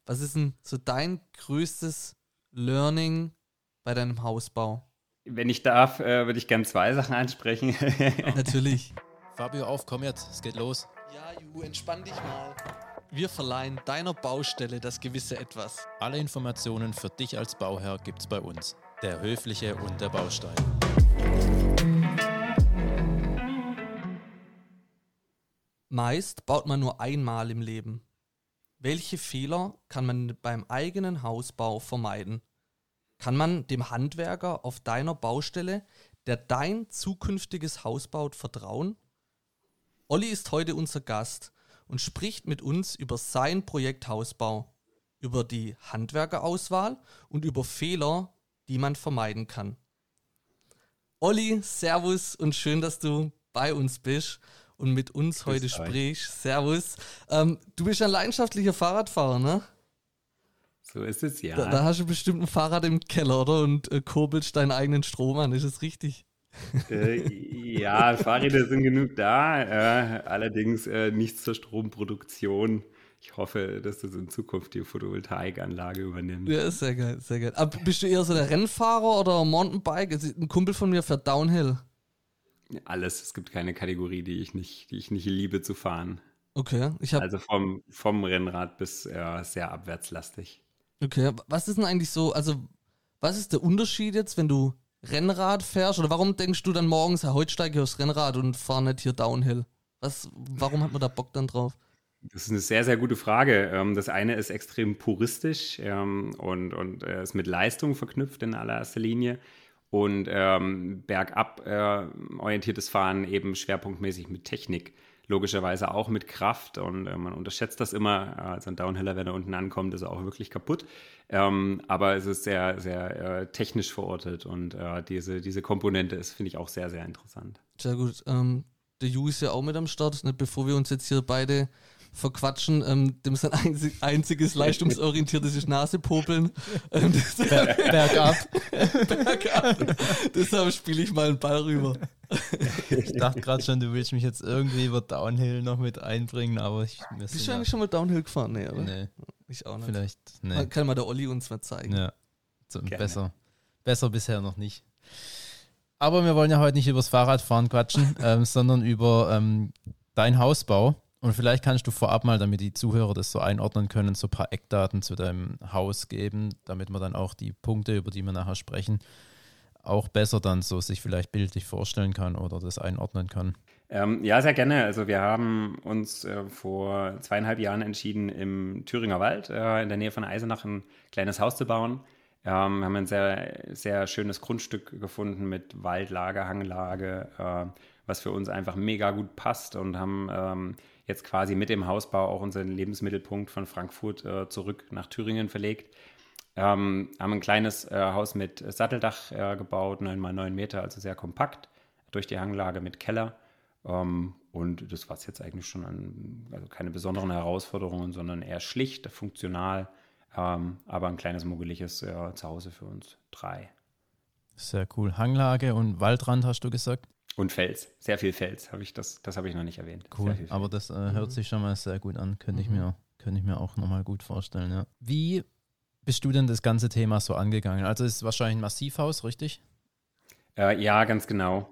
Was ist denn so dein größtes Learning bei deinem Hausbau? Wenn ich darf, würde ich gerne 2 Sachen ansprechen. Natürlich. Fabio, auf, komm jetzt, es geht los. Ja, Ju, entspann dich mal. Wir verleihen deiner Baustelle das gewisse Etwas. Alle Informationen für dich als Bauherr gibt's bei uns. Der Höfliche und der Baustein. Meist baut man nur einmal im Leben. Welche Fehler kann man beim eigenen Hausbau vermeiden? Kann man dem Handwerker auf deiner Baustelle, der dein zukünftiges Haus baut, vertrauen? Olli ist heute unser Gast und spricht mit uns über sein Projekt Hausbau, über die Handwerkerauswahl und über Fehler, die man vermeiden kann. Olli, servus und schön, dass du bei uns bist und mit uns heute sprichst. Servus. Du bist ein leidenschaftlicher Fahrradfahrer, ne? So ist es, ja. Da hast du bestimmt ein Fahrrad im Keller, oder? Und kurbelst deinen eigenen Strom an, ist das richtig? Ja, Fahrräder sind genug da, allerdings nichts zur Stromproduktion. Ich hoffe, dass das in Zukunft die Photovoltaikanlage übernimmt. Ja, sehr geil, sehr geil. Aber bist du eher so der Rennfahrer oder Mountainbike? Also ein Kumpel von mir fährt Downhill. Alles, es gibt keine Kategorie, die ich nicht liebe zu fahren. Okay, also vom Rennrad bis sehr abwärtslastig. Okay, was ist denn eigentlich so, also was ist der Unterschied jetzt, wenn du Rennrad fährst? Oder warum denkst du dann morgens, heute steige ich aufs Rennrad und fahre nicht hier Downhill? Warum hat man da Bock dann drauf? Das ist eine sehr, sehr gute Frage. Das eine ist extrem puristisch und ist mit Leistung verknüpft in allererster Linie. Und bergab orientiertes Fahren eben schwerpunktmäßig mit Technik. Logischerweise auch mit Kraft und man unterschätzt das immer. Also ein Downhiller, wenn er unten ankommt, ist er auch wirklich kaputt. Aber es ist sehr, sehr technisch verortet und diese Komponente ist, finde ich, auch sehr, sehr interessant. Sehr gut. Der Ju ist ja auch mit am Start, ne? Bevor wir uns jetzt hier beide verquatschen, dem sein einziges leistungsorientiertes ist Nasepopeln. Bergab. Bergab. Deshalb spiele ich mal einen Ball rüber. Ich dachte gerade schon, du willst mich jetzt irgendwie über Downhill noch mit einbringen, aber bist du eigentlich schon mal Downhill gefahren? Nee, oder? Nee. Ich auch nicht. Vielleicht, nee. Man kann mal der Olli uns mal zeigen. Ja, besser bisher noch nicht. Aber wir wollen ja heute nicht übers Fahrradfahren quatschen, sondern über dein Hausbau. Und vielleicht kannst du vorab mal, damit die Zuhörer das so einordnen können, so ein paar Eckdaten zu deinem Haus geben, damit man dann auch die Punkte, über die wir nachher sprechen, auch besser dann so sich vielleicht bildlich vorstellen kann oder das einordnen kann. Ja, sehr gerne. Also wir haben uns vor 2,5 Jahren entschieden, im Thüringer Wald in der Nähe von Eisenach ein kleines Haus zu bauen. Wir haben ein sehr, sehr schönes Grundstück gefunden mit Waldlage, Hanglage, was für uns einfach mega gut passt und haben jetzt quasi mit dem Hausbau auch unseren Lebensmittelpunkt von Frankfurt zurück nach Thüringen verlegt. Haben ein kleines Haus mit Satteldach gebaut, 9x9 Meter, also sehr kompakt, durch die Hanglage mit Keller. Und das war es jetzt eigentlich schon also keine besonderen Herausforderungen, sondern eher schlicht, funktional, aber ein kleines muggeliges Zuhause für uns 3. Sehr cool. Hanglage und Waldrand hast du gesagt? Und Fels, sehr viel Fels, das habe ich noch nicht erwähnt. Cool, aber das hört sich schon mal sehr gut an, könnte ich mir auch nochmal gut vorstellen. Ja. Wie bist du denn das ganze Thema so angegangen? Also es ist wahrscheinlich ein Massivhaus, richtig? Ja, ganz genau.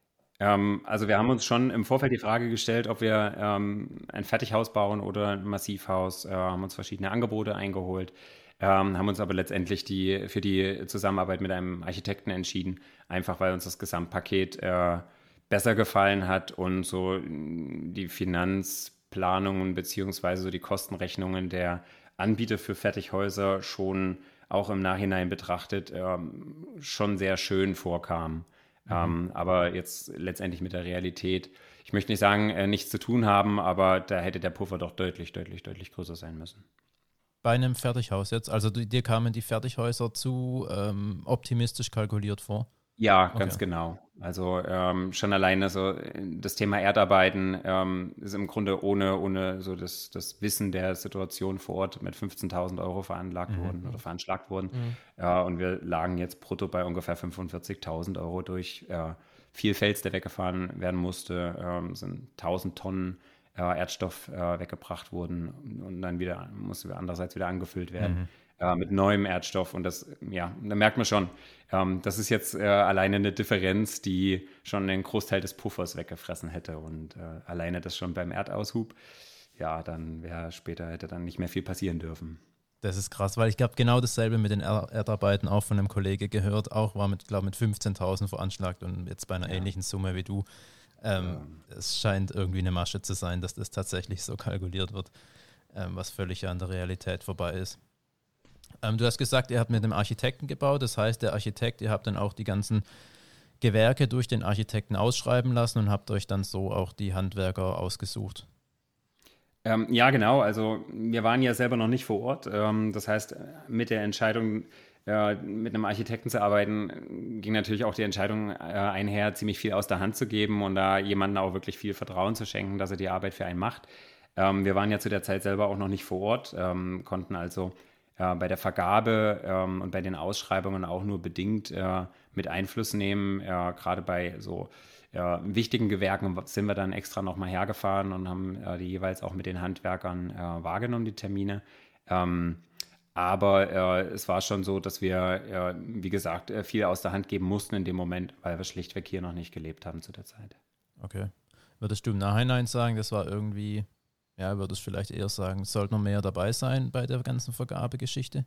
Also wir haben uns schon im Vorfeld die Frage gestellt, ob wir ein Fertighaus bauen oder ein Massivhaus, haben uns verschiedene Angebote eingeholt, haben uns aber letztendlich für die Zusammenarbeit mit einem Architekten entschieden, einfach weil uns das Gesamtpaket besser gefallen hat und so die Finanzplanungen beziehungsweise so die Kostenrechnungen der Anbieter für Fertighäuser schon auch im Nachhinein betrachtet schon sehr schön vorkamen. Aber jetzt letztendlich mit der Realität, ich möchte nicht sagen, nichts zu tun haben, aber da hätte der Puffer doch deutlich, deutlich, deutlich größer sein müssen. Bei einem Fertighaus jetzt? Also dir kamen die Fertighäuser zu optimistisch kalkuliert vor? Ja, ganz genau. Also schon alleine so das Thema Erdarbeiten ist im Grunde ohne so das Wissen der Situation vor Ort mit 15.000 € veranschlagt worden. Und wir lagen jetzt brutto bei ungefähr 45.000 € durch viel Fels, der weggefahren werden musste, sind 1.000 Tonnen Erdstoff weggebracht wurden und dann musste andererseits wieder angefüllt werden mit neuem Erdstoff. Und das, ja, da merkt man schon, das ist jetzt alleine eine Differenz, die schon den Großteil des Puffers weggefressen hätte. Und alleine das schon beim Erdaushub, ja, dann hätte dann nicht mehr viel passieren dürfen. Das ist krass, weil ich habe genau dasselbe mit den Erdarbeiten auch von einem Kollege gehört, auch war mit 15.000 veranschlagt und jetzt bei einer ähnlichen Summe wie du. Es scheint irgendwie eine Masche zu sein, dass das tatsächlich so kalkuliert wird, was völlig an der Realität vorbei ist. Du hast gesagt, ihr habt mit einem Architekten gebaut, das heißt, der Architekt, ihr habt dann auch die ganzen Gewerke durch den Architekten ausschreiben lassen und habt euch dann so auch die Handwerker ausgesucht. Ja, genau. Also wir waren ja selber noch nicht vor Ort. Das heißt, mit der Entscheidung, mit einem Architekten zu arbeiten, ging natürlich auch die Entscheidung einher, ziemlich viel aus der Hand zu geben und da jemandem auch wirklich viel Vertrauen zu schenken, dass er die Arbeit für einen macht. Wir waren ja zu der Zeit selber auch noch nicht vor Ort, konnten also bei der Vergabe und bei den Ausschreibungen auch nur bedingt mit Einfluss nehmen. Gerade bei so wichtigen Gewerken sind wir dann extra nochmal hergefahren und haben die jeweils auch mit den Handwerkern wahrgenommen, die Termine. Aber es war schon so, dass wir, wie gesagt, viel aus der Hand geben mussten in dem Moment, weil wir schlichtweg hier noch nicht gelebt haben zu der Zeit. Okay. Würdest du im Nachhinein sagen, das war irgendwie, ja, würdest du vielleicht eher sagen, sollte noch mehr dabei sein bei der ganzen Vergabegeschichte?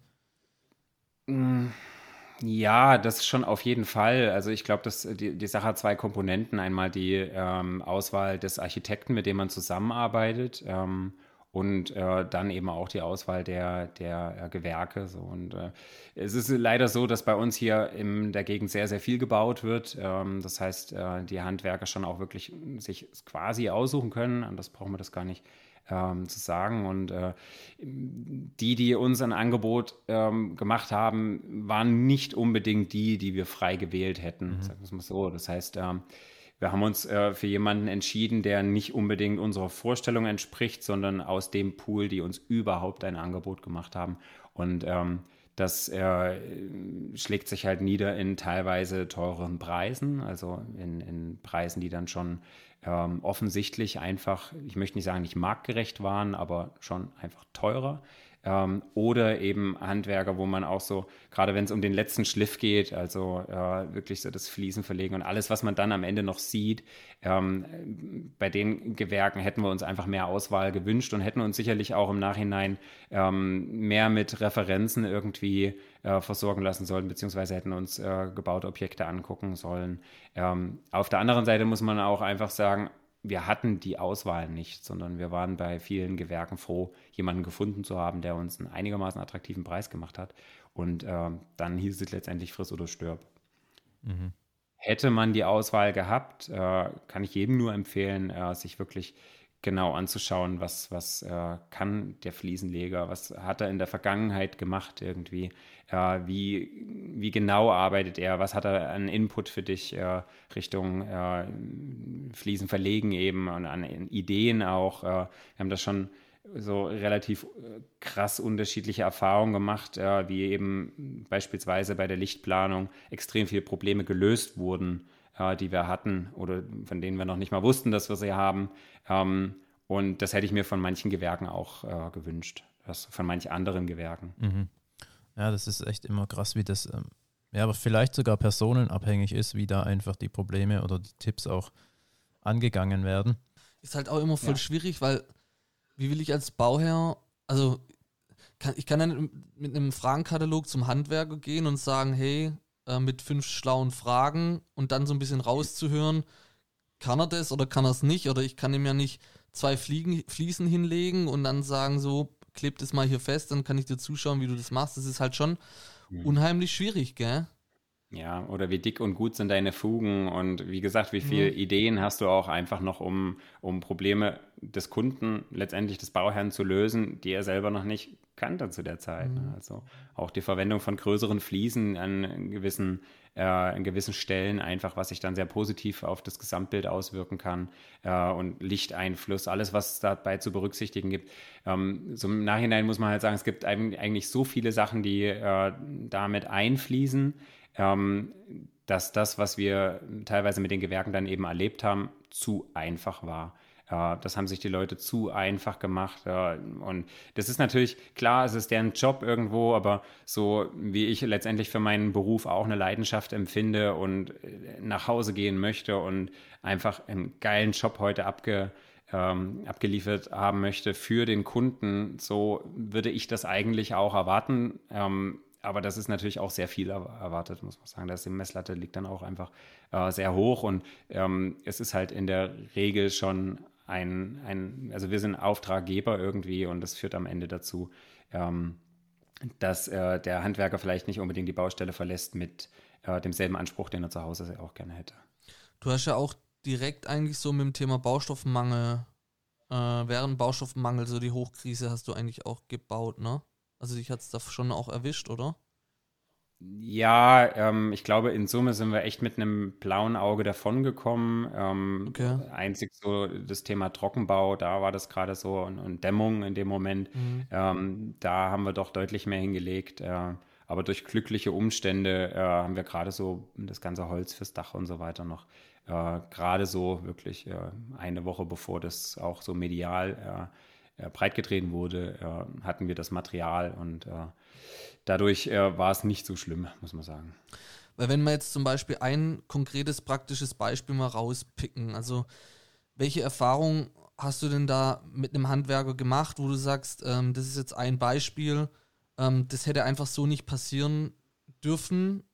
Ja, das schon auf jeden Fall. Also ich glaube, dass die Sache hat zwei Komponenten. Einmal die Auswahl des Architekten, mit dem man zusammenarbeitet, und dann eben auch die Auswahl der Gewerke. So. Und es ist leider so, dass bei uns hier in der Gegend sehr, sehr viel gebaut wird. Das heißt, die Handwerker schon auch wirklich sich quasi aussuchen können. Anders brauchen wir das gar nicht zu sagen. Und die uns ein Angebot gemacht haben, waren nicht unbedingt die wir frei gewählt hätten, sagen wir es mal so. Das heißt, wir haben uns für jemanden entschieden, der nicht unbedingt unserer Vorstellung entspricht, sondern aus dem Pool, die uns überhaupt ein Angebot gemacht haben. Und das schlägt sich halt nieder in teilweise teureren Preisen, also in Preisen, die dann schon offensichtlich einfach, ich möchte nicht sagen, nicht marktgerecht waren, aber schon einfach teurer. Oder eben Handwerker, wo man auch so, gerade wenn es um den letzten Schliff geht, also wirklich so das Fliesen verlegen und alles, was man dann am Ende noch sieht, bei den Gewerken hätten wir uns einfach mehr Auswahl gewünscht und hätten uns sicherlich auch im Nachhinein mehr mit Referenzen irgendwie versorgen lassen sollen, beziehungsweise hätten uns gebaute Objekte angucken sollen. Auf der anderen Seite muss man auch einfach sagen, wir hatten die Auswahl nicht, sondern wir waren bei vielen Gewerken froh, jemanden gefunden zu haben, der uns einen einigermaßen attraktiven Preis gemacht hat. Und dann hieß es letztendlich friss oder stirb. Mhm. Hätte man die Auswahl gehabt, kann ich jedem nur empfehlen, sich wirklich genau anzuschauen, was kann der Fliesenleger, was hat er in der Vergangenheit gemacht irgendwie, wie genau arbeitet er, was hat er an Input für dich Richtung Fliesen verlegen eben und an Ideen auch. Wir haben das schon so relativ krass unterschiedliche Erfahrungen gemacht, wie eben beispielsweise bei der Lichtplanung extrem viele Probleme gelöst wurden, die wir hatten oder von denen wir noch nicht mal wussten, dass wir sie haben. Und das hätte ich mir von manchen Gewerken auch gewünscht, von manchen anderen Gewerken. Mhm. Ja, das ist echt immer krass, wie das, aber vielleicht sogar personenabhängig ist, wie da einfach die Probleme oder die Tipps auch angegangen werden. Ist halt auch immer voll schwierig, weil wie will ich als Bauherr, also ich kann dann mit einem Fragenkatalog zum Handwerker gehen und sagen, hey, mit 5 schlauen Fragen und dann so ein bisschen rauszuhören, kann er das oder kann er es nicht? Oder ich kann ihm ja nicht 2 Fliesen hinlegen und dann sagen so, kleb das mal hier fest, dann kann ich dir zuschauen, wie du das machst. Das ist halt schon unheimlich schwierig, gell? Ja, oder wie dick und gut sind deine Fugen und wie gesagt, wie viele Ideen hast du auch einfach noch, um Probleme des Kunden, letztendlich des Bauherrn zu lösen, die er selber noch nicht kannte zu der Zeit. Also auch die Verwendung von größeren Fliesen an gewissen Stellen einfach, was sich dann sehr positiv auf das Gesamtbild auswirken kann und Lichteinfluss, alles, was es dabei zu berücksichtigen gibt. So im Nachhinein muss man halt sagen, es gibt eigentlich so viele Sachen, die damit einfließen, dass das, was wir teilweise mit den Gewerken dann eben erlebt haben, zu einfach war. Das haben sich die Leute zu einfach gemacht. Und das ist natürlich, klar, es ist deren Job irgendwo, aber so wie ich letztendlich für meinen Beruf auch eine Leidenschaft empfinde und nach Hause gehen möchte und einfach einen geilen Job heute abgeliefert haben möchte für den Kunden, so würde ich das eigentlich auch erwarten. Aber das ist natürlich auch sehr viel erwartet, muss man sagen. Die Messlatte liegt dann auch einfach sehr hoch und es ist halt in der Regel schon also wir sind Auftraggeber irgendwie und das führt am Ende dazu, dass der Handwerker vielleicht nicht unbedingt die Baustelle verlässt mit demselben Anspruch, den er zu Hause auch gerne hätte. Du hast ja auch direkt eigentlich so mit dem Thema Baustoffmangel, während Baustoffmangel, so die Hochkrise hast du eigentlich auch gebaut, ne? Also dich hat es da schon auch erwischt, oder? Ja, ich glaube, in Summe sind wir echt mit einem blauen Auge davongekommen. Okay. Einzig so das Thema Trockenbau, da war das gerade so und Dämmung in dem Moment. Da haben wir doch deutlich mehr hingelegt. Aber durch glückliche Umstände haben wir gerade so das ganze Holz fürs Dach und so weiter noch gerade so wirklich eine Woche bevor das auch so medial breitgetreten wurde, hatten wir das Material und dadurch war es nicht so schlimm, muss man sagen. Weil wenn wir jetzt zum Beispiel ein konkretes, praktisches Beispiel mal rauspicken, also welche Erfahrung hast du denn da mit einem Handwerker gemacht, wo du sagst, das ist jetzt ein Beispiel, das hätte einfach so nicht passieren dürfen,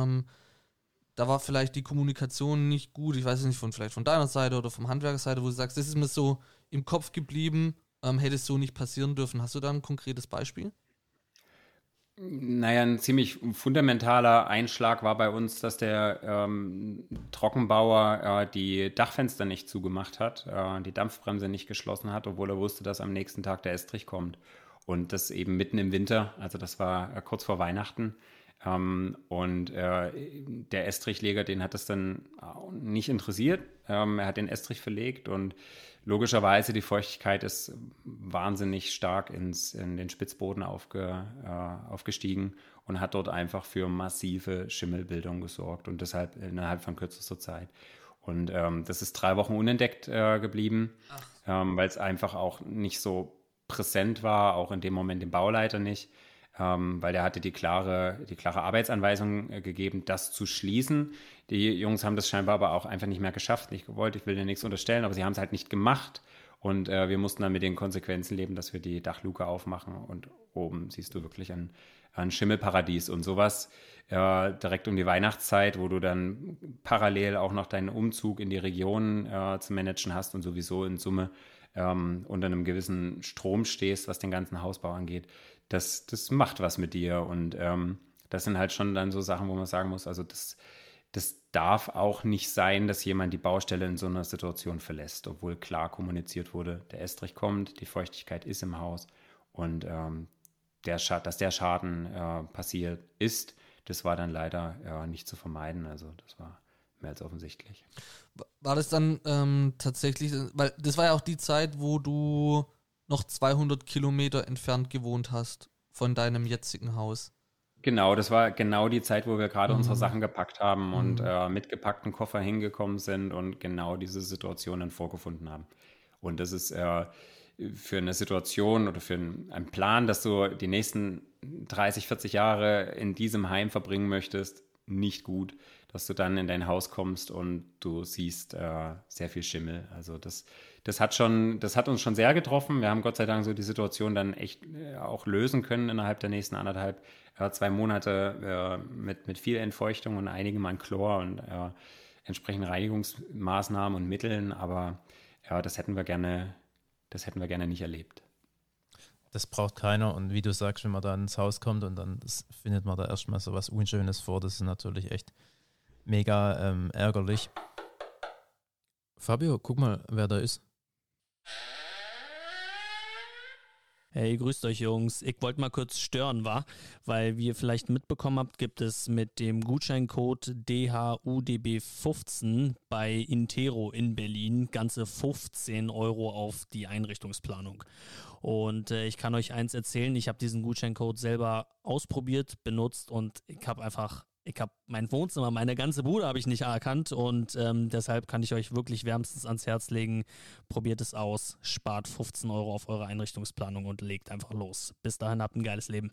da war vielleicht die Kommunikation nicht gut, ich weiß nicht, vielleicht von deiner Seite oder vom Handwerkerseite, wo du sagst, das ist mir so im Kopf geblieben, hätte es so nicht passieren dürfen. Hast du da ein konkretes Beispiel? Naja, ein ziemlich fundamentaler Einschlag war bei uns, dass der Trockenbauer die Dachfenster nicht zugemacht hat, die Dampfbremse nicht geschlossen hat, obwohl er wusste, dass am nächsten Tag der Estrich kommt. Und das eben mitten im Winter, also das war kurz vor Weihnachten. Und der Estrichleger, den hat das dann nicht interessiert. Er hat den Estrich verlegt und logischerweise die Feuchtigkeit ist wahnsinnig stark in den Spitzboden aufgestiegen und hat dort einfach für massive Schimmelbildung gesorgt und deshalb innerhalb von kürzester Zeit. Und das ist 3 Wochen unentdeckt geblieben, weil es einfach auch nicht so präsent war, auch in dem Moment dem Bauleiter nicht. Weil der hatte die klare Arbeitsanweisung gegeben, das zu schließen. Die Jungs haben das scheinbar aber auch einfach nicht mehr geschafft, nicht gewollt. Ich will dir nichts unterstellen, aber sie haben es halt nicht gemacht. Und wir mussten dann mit den Konsequenzen leben, dass wir die Dachluke aufmachen. Und oben siehst du wirklich ein Schimmelparadies und sowas. Direkt um die Weihnachtszeit, wo du dann parallel auch noch deinen Umzug in die Region zu managen hast und sowieso in Summe unter einem gewissen Strom stehst, was den ganzen Hausbau angeht. Das macht was mit dir und das sind halt schon dann so Sachen, wo man sagen muss, also das darf auch nicht sein, dass jemand die Baustelle in so einer Situation verlässt, obwohl klar kommuniziert wurde, der Estrich kommt, die Feuchtigkeit ist im Haus und dass der Schaden passiert ist, das war dann leider nicht zu vermeiden, also das war mehr als offensichtlich. War das dann tatsächlich, weil das war ja auch die Zeit, wo du noch 200 Kilometer entfernt gewohnt hast von deinem jetzigen Haus. Genau, das war genau die Zeit, wo wir gerade unsere Sachen gepackt haben und mit gepackten Koffer hingekommen sind und genau diese Situation dann vorgefunden haben. Und das ist für eine Situation oder für einen Plan, dass du die nächsten 30, 40 Jahre in diesem Heim verbringen möchtest, nicht gut, dass du dann in dein Haus kommst und du siehst sehr viel Schimmel. Also das hat uns schon sehr getroffen. Wir haben Gott sei Dank so die Situation dann echt auch lösen können innerhalb der nächsten 2 Monate mit viel Entfeuchtung und einigem an Chlor und entsprechenden Reinigungsmaßnahmen und Mitteln. Aber ja, das hätten wir gerne nicht erlebt. Das braucht keiner und wie du sagst, wenn man da ins Haus kommt und dann findet man da erstmal so was Unschönes vor, das ist natürlich echt mega ärgerlich. Fabio, guck mal, wer da ist. Hey, grüßt euch Jungs. Ich wollte mal kurz stören, weil wie ihr vielleicht mitbekommen habt, gibt es mit dem Gutscheincode DHUDB15 bei Intero in Berlin ganze 15 € auf die Einrichtungsplanung. Und ich kann euch eins erzählen, ich habe diesen Gutscheincode selber ausprobiert, benutzt und ich habe einfach Ich habe mein Wohnzimmer, meine ganze Bude habe ich nicht erkannt und deshalb kann ich euch wirklich wärmstens ans Herz legen. Probiert es aus, spart 15 Euro auf eure Einrichtungsplanung und legt einfach los. Bis dahin habt ein geiles Leben.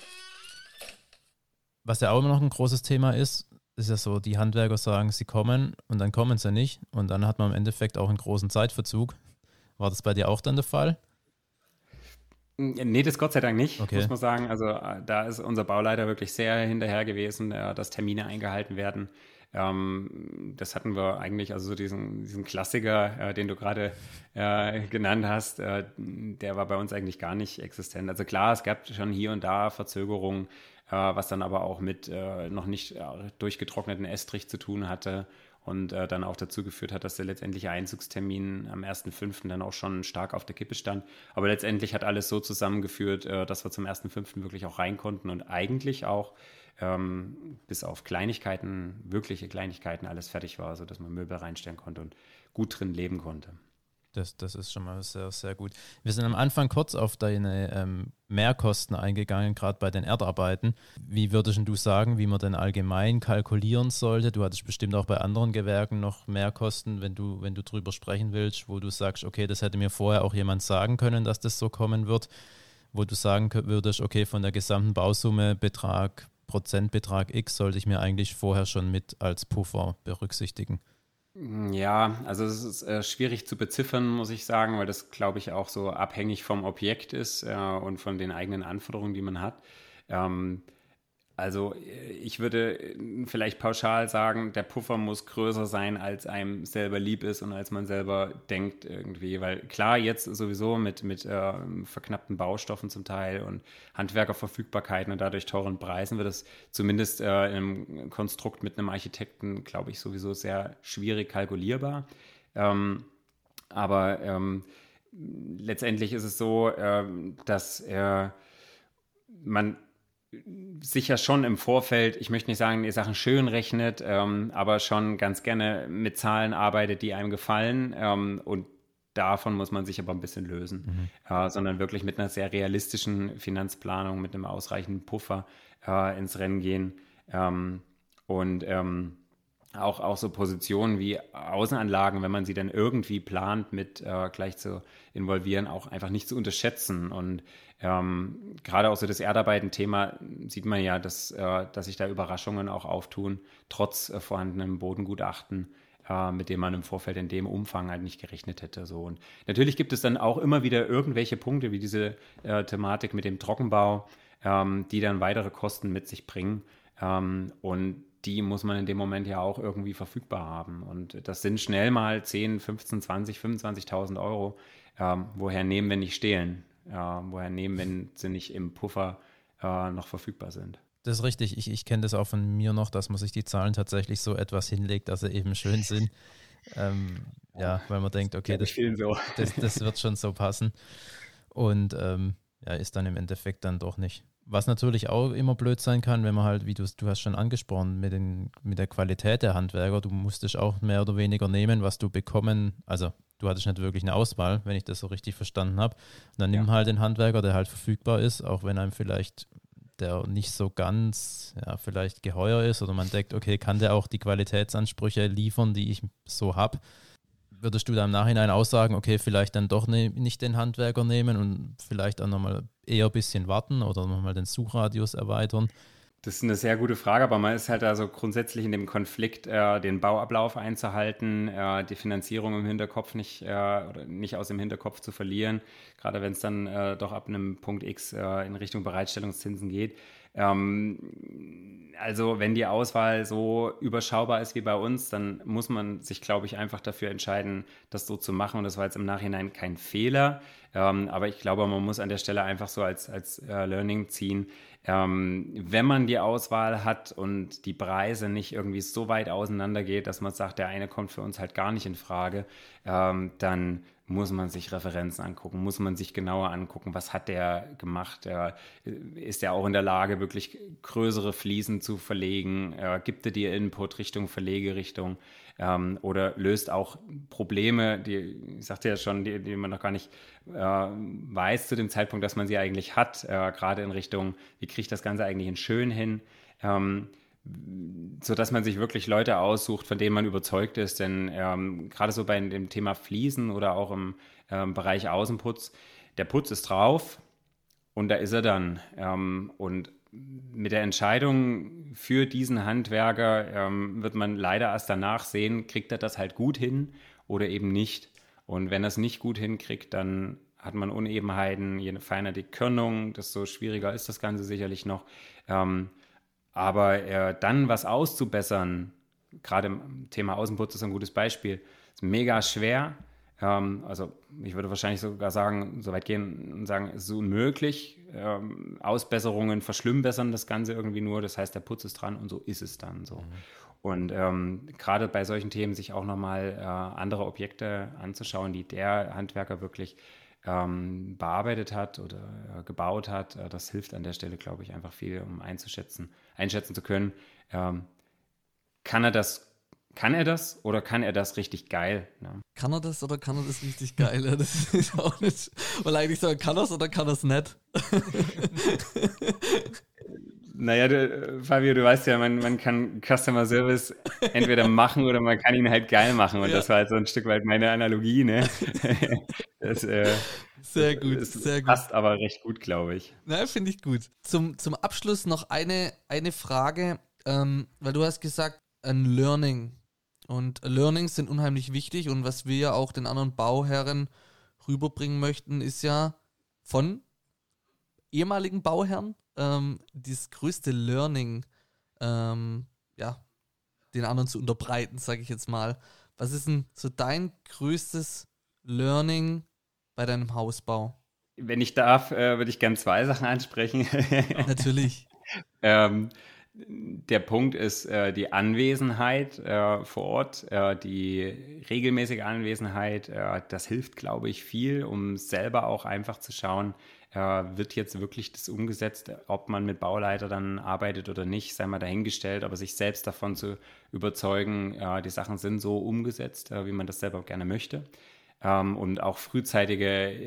Was ja auch immer noch ein großes Thema ist ja so, die Handwerker sagen, sie kommen und dann kommen sie nicht und dann hat man im Endeffekt auch einen großen Zeitverzug. War das bei dir auch dann der Fall? Nee, das Gott sei Dank nicht, Okay. muss man sagen. Also da ist unser Bauleiter wirklich sehr hinterher gewesen, dass Termine eingehalten werden. Das hatten wir eigentlich, also so diesen Klassiker, den du gerade genannt hast, der war bei uns eigentlich gar nicht existent. Also klar, es gab schon hier und da Verzögerungen, was dann aber auch mit noch nicht durchgetrockneten Estrich zu tun hatte. Und dann auch dazu geführt hat, dass der letztendliche Einzugstermin am 1.5. dann auch schon stark auf der Kippe stand. Aber letztendlich hat alles so zusammengeführt, dass wir zum 1.5. wirklich auch rein konnten und eigentlich auch bis auf Kleinigkeiten, wirkliche Kleinigkeiten, alles fertig war, sodass man Möbel reinstellen konnte und gut drin leben konnte. Das ist schon mal sehr, sehr gut. Wir sind am Anfang kurz auf deine Mehrkosten eingegangen, gerade bei den Erdarbeiten. Wie würdest du sagen, wie man denn allgemein kalkulieren sollte? Du hattest bestimmt auch bei anderen Gewerken noch Mehrkosten, wenn du drüber sprechen willst, wo du sagst, okay, das hätte mir vorher auch jemand sagen können, dass das so kommen wird, wo du sagen würdest, okay, von der gesamten Bausumme Prozentbetrag X sollte ich mir eigentlich vorher schon mit als Puffer berücksichtigen. Ja, also es ist schwierig zu beziffern, muss ich sagen, weil das, glaube ich, auch so abhängig vom Objekt ist und von den eigenen Anforderungen, die man hat. Also ich würde vielleicht pauschal sagen, der Puffer muss größer sein, als einem selber lieb ist und als man selber denkt irgendwie. Weil klar, jetzt sowieso mit verknappten Baustoffen zum Teil und Handwerkerverfügbarkeiten und dadurch teuren Preisen wird es zumindest im Konstrukt mit einem Architekten, glaube ich, sowieso sehr schwierig kalkulierbar. Aber letztendlich ist es so, dass man sicher schon im Vorfeld, ich möchte nicht sagen, die Sachen schön rechnet, aber schon ganz gerne mit Zahlen arbeitet, die einem gefallen. Und davon muss man sich aber ein bisschen lösen, sondern wirklich mit einer sehr realistischen Finanzplanung, mit einem ausreichenden Puffer ins Rennen gehen. Und auch so Positionen wie Außenanlagen, wenn man sie dann irgendwie plant, mit gleich zu involvieren, auch einfach nicht zu unterschätzen. Und gerade auch so das Erdarbeiten-Thema sieht man ja, dass sich da Überraschungen auch auftun, trotz vorhandenem Bodengutachten, mit dem man im Vorfeld in dem Umfang halt nicht gerechnet hätte. So. Und natürlich gibt es dann auch immer wieder irgendwelche Punkte, wie diese Thematik mit dem Trockenbau, die dann weitere Kosten mit sich bringen. Und die muss man in dem Moment ja auch irgendwie verfügbar haben. Und das sind schnell mal 10, 15, 20, 25.000 Euro. Woher nehmen, wenn nicht stehlen? Woher nehmen, wenn sie nicht im Puffer noch verfügbar sind? Das ist richtig. Ich kenne das auch von mir noch, dass man sich die Zahlen tatsächlich so etwas hinlegt, dass sie eben schön sind. Ja, weil man denkt, okay, das wird schon so passen. Und ist dann im Endeffekt dann doch nicht. Was natürlich auch immer blöd sein kann, wenn man halt, wie du hast schon angesprochen, mit der Qualität der Handwerker, du musstest auch mehr oder weniger nehmen, was du bekommen, also du hattest nicht wirklich eine Auswahl, wenn ich das so richtig verstanden habe. Und dann nimm halt den Handwerker, der halt verfügbar ist, auch wenn einem vielleicht der nicht so ganz, vielleicht geheuer ist oder man denkt, okay, kann der auch die Qualitätsansprüche liefern, die ich so habe. Würdest du da im Nachhinein auch sagen, okay, vielleicht dann doch nicht den Handwerker nehmen und vielleicht auch nochmal eher ein bisschen warten oder nochmal den Suchradius erweitern? Das ist eine sehr gute Frage, aber man ist halt also grundsätzlich in dem Konflikt, den Bauablauf einzuhalten, die Finanzierung im Hinterkopf oder nicht aus dem Hinterkopf zu verlieren, gerade wenn es dann doch ab einem Punkt X in Richtung Bereitstellungszinsen geht. Also wenn die Auswahl so überschaubar ist wie bei uns, dann muss man sich, glaube ich, einfach dafür entscheiden, das so zu machen. Und das war jetzt im Nachhinein kein Fehler. Aber ich glaube, man muss an der Stelle einfach so als Learning ziehen. Wenn man die Auswahl hat und die Preise nicht irgendwie so weit auseinander geht, dass man sagt, der eine kommt für uns halt gar nicht in Frage, dann muss man sich Referenzen angucken, muss man sich genauer angucken, was hat der gemacht, ist er auch in der Lage, wirklich größere Fliesen zu verlegen, gibt er dir Input Richtung Verlegerichtung oder löst auch Probleme, ich sagte ja schon, die man noch gar nicht weiß zu dem Zeitpunkt, dass man sie eigentlich hat, gerade in Richtung, wie kriege ich das Ganze eigentlich in schön hin, sodass man sich wirklich Leute aussucht, von denen man überzeugt ist. Denn gerade so bei dem Thema Fliesen oder auch im Bereich Außenputz, der Putz ist drauf und da ist er dann. Und mit der Entscheidung für diesen Handwerker wird man leider erst danach sehen, kriegt er das halt gut hin oder eben nicht. Und wenn er es nicht gut hinkriegt, dann hat man Unebenheiten, je feiner die Körnung, desto schwieriger ist das Ganze sicherlich noch. Aber dann was auszubessern, gerade im Thema Außenputz ist ein gutes Beispiel, ist mega schwer. Also ich würde wahrscheinlich sogar sagen, so weit gehen und sagen, es ist unmöglich. Ausbesserungen verschlimmbessern das Ganze irgendwie nur. Das heißt, der Putz ist dran und so ist es dann so. Und gerade bei solchen Themen sich auch nochmal andere Objekte anzuschauen, die der Handwerker wirklich bearbeitet hat oder gebaut hat, das hilft an der Stelle, glaube ich, einfach viel, um einschätzen zu können. Kann er das oder kann er das richtig geil? Ne? Kann er das oder kann er das richtig geil? Das ist auch nicht, weil eigentlich sagen, kann er es oder kann er es nicht? Naja, Fabio, du weißt ja, man kann Customer Service entweder machen oder man kann ihn halt geil machen. Und das war halt so ein Stück weit meine Analogie. Ne? Das, sehr gut, sehr gut. Passt aber recht gut, glaube ich. Na, finde ich gut. Zum Abschluss noch eine Frage, weil du hast gesagt, ein Learning. Und Learnings sind unheimlich wichtig und was wir ja auch den anderen Bauherren rüberbringen möchten, ist ja von ehemaligen Bauherren das größte Learning den anderen zu unterbreiten, sage ich jetzt mal. Was ist denn so dein größtes Learning bei deinem Hausbau? Wenn ich darf, würde ich gerne 2 Sachen ansprechen. Natürlich. Der Punkt ist die Anwesenheit vor Ort, die regelmäßige Anwesenheit. Das hilft, glaube ich, viel, um selber auch einfach zu schauen, wird jetzt wirklich das umgesetzt, ob man mit Bauleiter dann arbeitet oder nicht, sei mal dahingestellt, aber sich selbst davon zu überzeugen, die Sachen sind so umgesetzt, wie man das selber gerne möchte. Und auch frühzeitig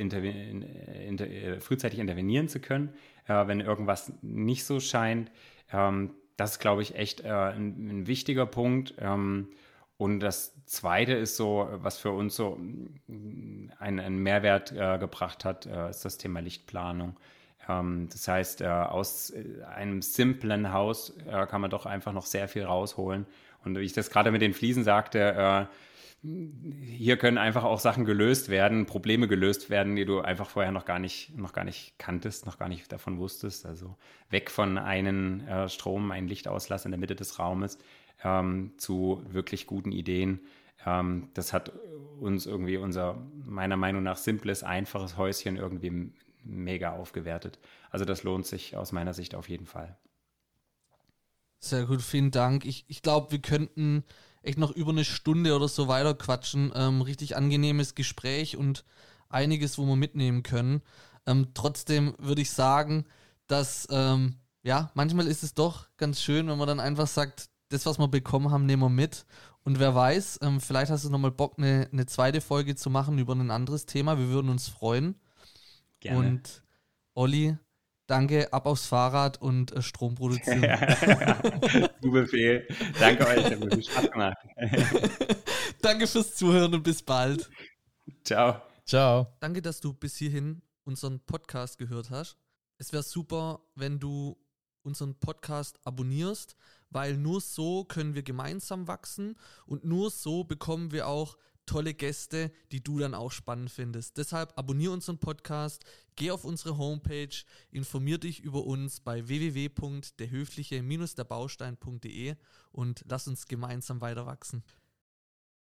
intervenieren zu können, wenn irgendwas nicht so scheint. Das ist, glaube ich, echt ein wichtiger Punkt. Und das Zweite ist so, was für uns so einen Mehrwert gebracht hat, ist das Thema Lichtplanung. Das heißt, aus einem simplen Haus kann man doch einfach noch sehr viel rausholen. Und wie ich das gerade mit den Fliesen sagte, hier können einfach auch Sachen gelöst werden, Probleme gelöst werden, die du einfach vorher noch gar nicht kanntest, noch gar nicht davon wusstest. Also weg von einem Strom, einem Lichtauslass in der Mitte des Raumes zu wirklich guten Ideen. Das hat uns irgendwie unser, meiner Meinung nach, simples, einfaches Häuschen irgendwie mega aufgewertet. Also das lohnt sich aus meiner Sicht auf jeden Fall. Sehr gut, vielen Dank. Ich glaube, wir könnten echt noch über eine Stunde oder so weiter quatschen. Richtig angenehmes Gespräch und einiges, wo wir mitnehmen können. Trotzdem würde ich sagen, dass manchmal ist es doch ganz schön, wenn man dann einfach sagt, das, was wir bekommen haben, nehmen wir mit. Und wer weiß, vielleicht hast du nochmal Bock, eine zweite Folge zu machen über ein anderes Thema. Wir würden uns freuen. Gerne. Und Olli, danke, ab aufs Fahrrad und Strom produzieren. Du Befehl. Danke euch, hat mir viel Spaß gemacht. Danke fürs Zuhören und bis bald. Ciao. Ciao. Danke, dass du bis hierhin unseren Podcast gehört hast. Es wäre super, wenn du unseren Podcast abonnierst, weil nur so können wir gemeinsam wachsen und nur so bekommen wir auch tolle Gäste, die du dann auch spannend findest. Deshalb abonniere unseren Podcast, geh auf unsere Homepage, informier dich über uns bei www.derhöfliche-derbaustein.de und lass uns gemeinsam weiter wachsen.